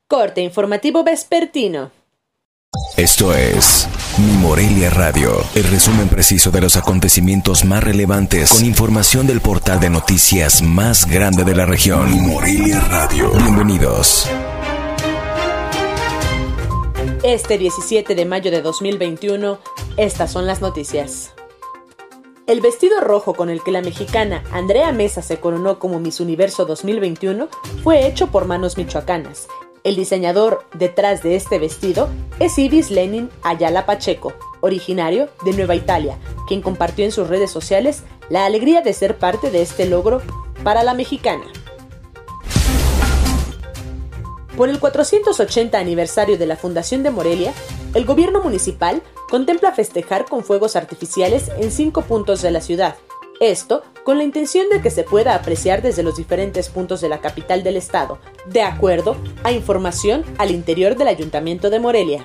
Corte informativo vespertino. Esto es Mi Morelia Radio, el resumen preciso de los acontecimientos más relevantes con información del portal de noticias más grande de la región. Mi Morelia Radio. Bienvenidos. Este 17 de mayo de 2021, estas son las noticias. El vestido rojo con el que la mexicana Andrea Mesa se coronó como Miss Universo 2021 fue hecho por manos michoacanas. El diseñador detrás de este vestido es Ibis Lenin Ayala Pacheco, originario de Nueva Italia, quien compartió en sus redes sociales la alegría de ser parte de este logro para la mexicana. Por el 480 aniversario de la Fundación de Morelia, el gobierno municipal contempla festejar con fuegos artificiales en 5 puntos de la ciudad. Esto con la intención de que se pueda apreciar desde los diferentes puntos de la capital del estado, de acuerdo a información al interior del Ayuntamiento de Morelia.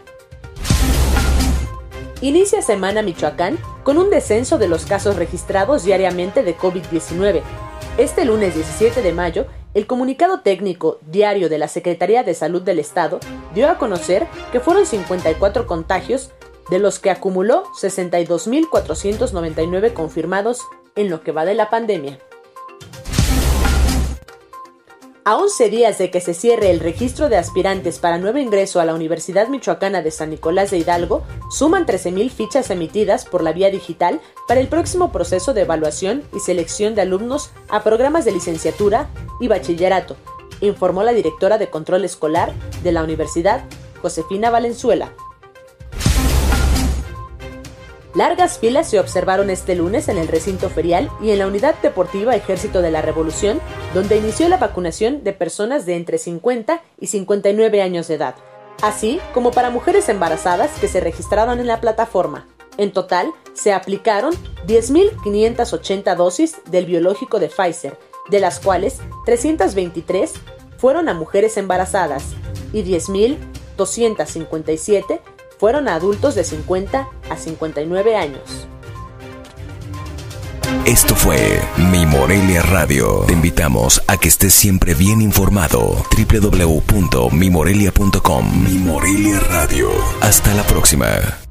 Inicia semana Michoacán con un descenso de los casos registrados diariamente de COVID-19. Este lunes 17 de mayo, el comunicado técnico diario de la Secretaría de Salud del Estado dio a conocer que fueron 54 contagios, de los que acumuló 62.499 confirmados en lo que va de la pandemia. A 11 días de que se cierre el registro de aspirantes para nuevo ingreso a la Universidad Michoacana de San Nicolás de Hidalgo, suman 13,000 fichas emitidas por la vía digital para el próximo proceso de evaluación y selección de alumnos a programas de licenciatura y bachillerato, informó la directora de Control Escolar de la Universidad, Josefina Valenzuela. Largas filas se observaron este lunes en el recinto ferial y en la Unidad Deportiva Ejército de la Revolución, donde inició la vacunación de personas de entre 50 y 59 años de edad, así como para mujeres embarazadas que se registraron en la plataforma. En total, se aplicaron 10.580 dosis del biológico de Pfizer, de las cuales 323 fueron a mujeres embarazadas y 10.257 fueron a adultos de 50 a 59 años. Esto fue Mi Morelia Radio. Te invitamos a que estés siempre bien informado. www.mimorelia.com. Mi Morelia Radio. Hasta la próxima.